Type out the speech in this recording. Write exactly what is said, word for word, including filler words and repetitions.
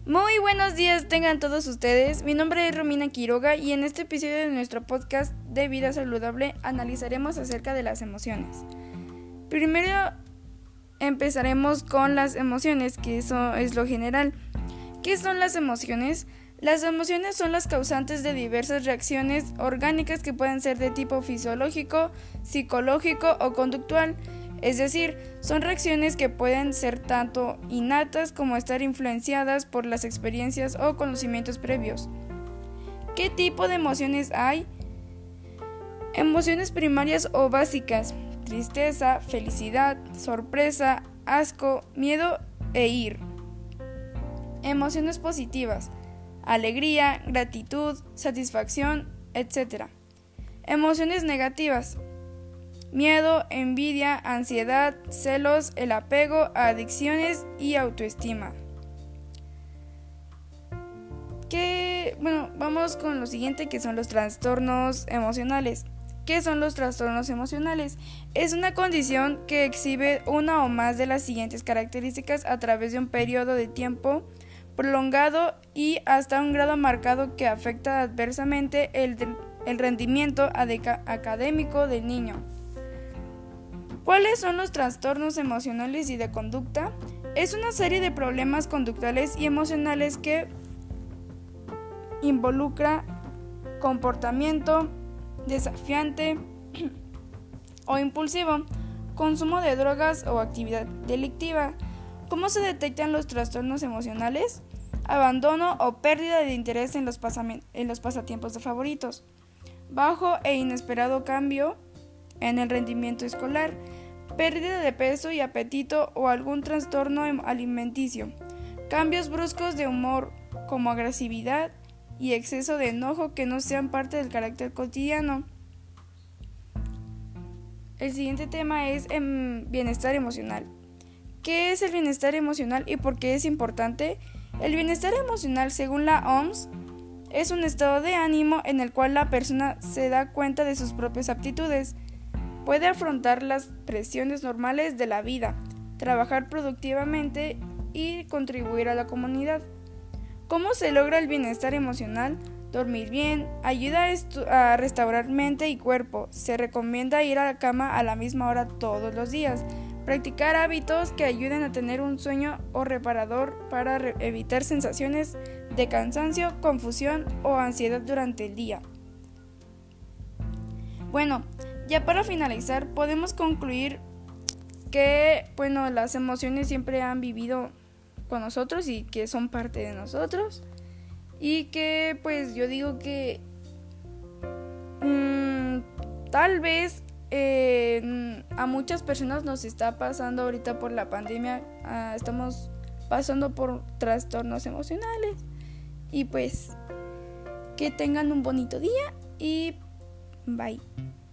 Muy buenos días tengan todos ustedes, mi nombre es Romina Quiroga y en este episodio de nuestro podcast de Vida Saludable analizaremos acerca de las emociones. Primero empezaremos con las emociones, que eso es lo general. ¿Qué son las emociones? Las emociones son las causantes de diversas reacciones orgánicas que pueden ser de tipo fisiológico, psicológico o conductual. Es decir, son reacciones que pueden ser tanto innatas como estar influenciadas por las experiencias o conocimientos previos. ¿Qué tipo de emociones hay? Emociones primarias o básicas: tristeza, felicidad, sorpresa, asco, miedo e ira. Emociones positivas: alegría, gratitud, satisfacción, etcétera. Emociones negativas: miedo, envidia, ansiedad, celos, el apego, adicciones y autoestima. ¿Qué? Bueno, vamos con lo siguiente, que son los trastornos emocionales. ¿Qué son los trastornos emocionales? Es una condición que exhibe una o más de las siguientes características a través de un periodo de tiempo prolongado y hasta un grado marcado que afecta adversamente el, el rendimiento académico del niño. ¿Cuáles son los trastornos emocionales y de conducta? Es una serie de problemas conductuales y emocionales que involucra comportamiento desafiante o impulsivo, consumo de drogas o actividad delictiva. ¿Cómo se detectan los trastornos emocionales? Abandono o pérdida de interés en los, pasam- en los pasatiempos de favoritos, bajo e inesperado cambio en el rendimiento escolar, pérdida de peso y apetito o algún trastorno alimenticio, cambios bruscos de humor como agresividad y exceso de enojo que no sean parte del carácter cotidiano. El siguiente tema es em, bienestar emocional. ¿Qué es el bienestar emocional y por qué es importante? El bienestar emocional, según la O M S, es un estado de ánimo en el cual la persona se da cuenta de sus propias aptitudes, puede afrontar las presiones normales de la vida, trabajar productivamente y contribuir a la comunidad. ¿Cómo se logra el bienestar emocional? Dormir bien, ayuda a, estu- a restaurar mente y cuerpo. Se recomienda ir a la cama a la misma hora todos los días. Practicar hábitos que ayuden a tener un sueño o reparador para re- evitar sensaciones de cansancio, confusión o ansiedad durante el día. Bueno, ya para finalizar, podemos concluir que, bueno, las emociones siempre han vivido con nosotros y que son parte de nosotros. Y que, pues, yo digo que mmm, tal vez eh, a muchas personas nos está pasando ahorita por la pandemia, uh, estamos pasando por trastornos emocionales. Y pues, que tengan un bonito día y bye.